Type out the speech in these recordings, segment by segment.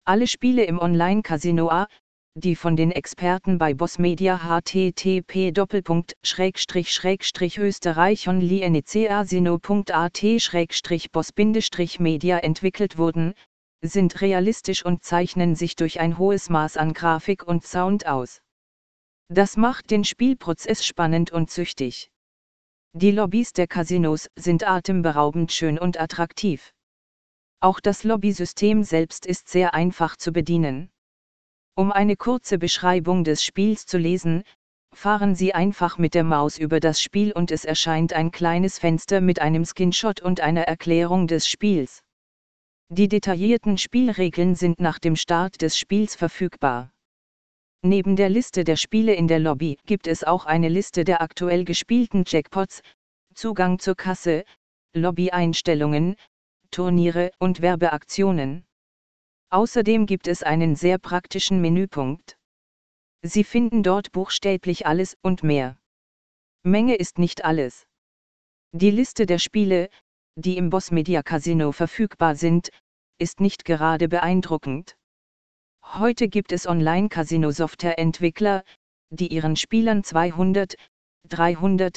Alle Spiele im Online-Casino A, die von den Experten bei Boss Media http://österreich-lienecasino.at/boss-media entwickelt wurden, sind realistisch und zeichnen sich durch ein hohes Maß an Grafik und Sound aus. Das macht den Spielprozess spannend und süchtig. Die Lobbys der Casinos sind atemberaubend schön und attraktiv. Auch das Lobbysystem selbst ist sehr einfach zu bedienen. Um eine kurze Beschreibung des Spiels zu lesen, fahren Sie einfach mit der Maus über das Spiel und es erscheint ein kleines Fenster mit einem Screenshot und einer Erklärung des Spiels. Die detaillierten Spielregeln sind nach dem Start des Spiels verfügbar. Neben der Liste der Spiele in der Lobby gibt es auch eine Liste der aktuell gespielten Jackpots, Zugang zur Kasse, Lobby-Einstellungen, Turniere und Werbeaktionen. Außerdem gibt es einen sehr praktischen Menüpunkt. Sie finden dort buchstäblich alles und mehr. Menge ist nicht alles. Die Liste der Spiele, die im Boss Media Casino verfügbar sind, ist nicht gerade beeindruckend. Heute gibt es Online-Casino-Software-Entwickler, die ihren Spielern 200, 300,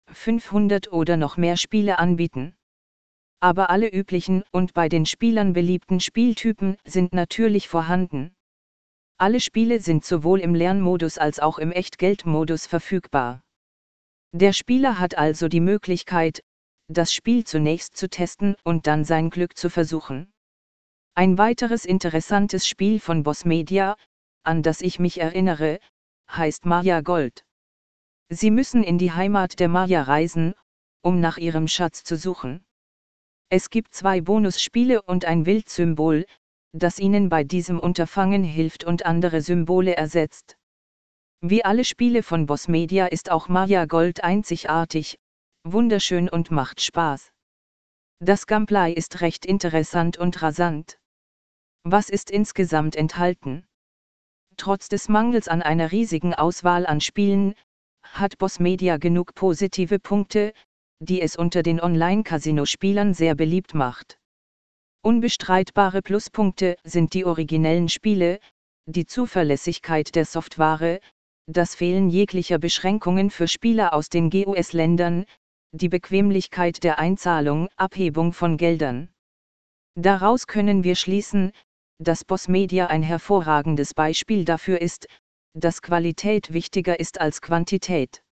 500 oder noch mehr Spiele anbieten. Aber alle üblichen und bei den Spielern beliebten Spieltypen sind natürlich vorhanden. Alle Spiele sind sowohl im Lernmodus als auch im Echtgeldmodus verfügbar. Der Spieler hat also die Möglichkeit, das Spiel zunächst zu testen und dann sein Glück zu versuchen. Ein weiteres interessantes Spiel von Boss Media, an das ich mich erinnere, heißt Maya Gold. Sie müssen in die Heimat der Maya reisen, um nach ihrem Schatz zu suchen. Es gibt 2 Bonusspiele und ein Wildsymbol, das Ihnen bei diesem Unterfangen hilft und andere Symbole ersetzt. Wie alle Spiele von Boss Media ist auch Maya Gold einzigartig, wunderschön und macht Spaß. Das Gameplay ist recht interessant und rasant. Was ist insgesamt enthalten? Trotz des Mangels an einer riesigen Auswahl an Spielen, hat Boss Media genug positive Punkte, die es unter den Online-Casino-Spielern sehr beliebt macht. Unbestreitbare Pluspunkte sind die originellen Spiele, die Zuverlässigkeit der Software, das Fehlen jeglicher Beschränkungen für Spieler aus den GUS-Ländern, die Bequemlichkeit der Einzahlung, Abhebung von Geldern. Daraus können wir schließen, dass Boss Media ein hervorragendes Beispiel dafür ist, dass Qualität wichtiger ist als Quantität.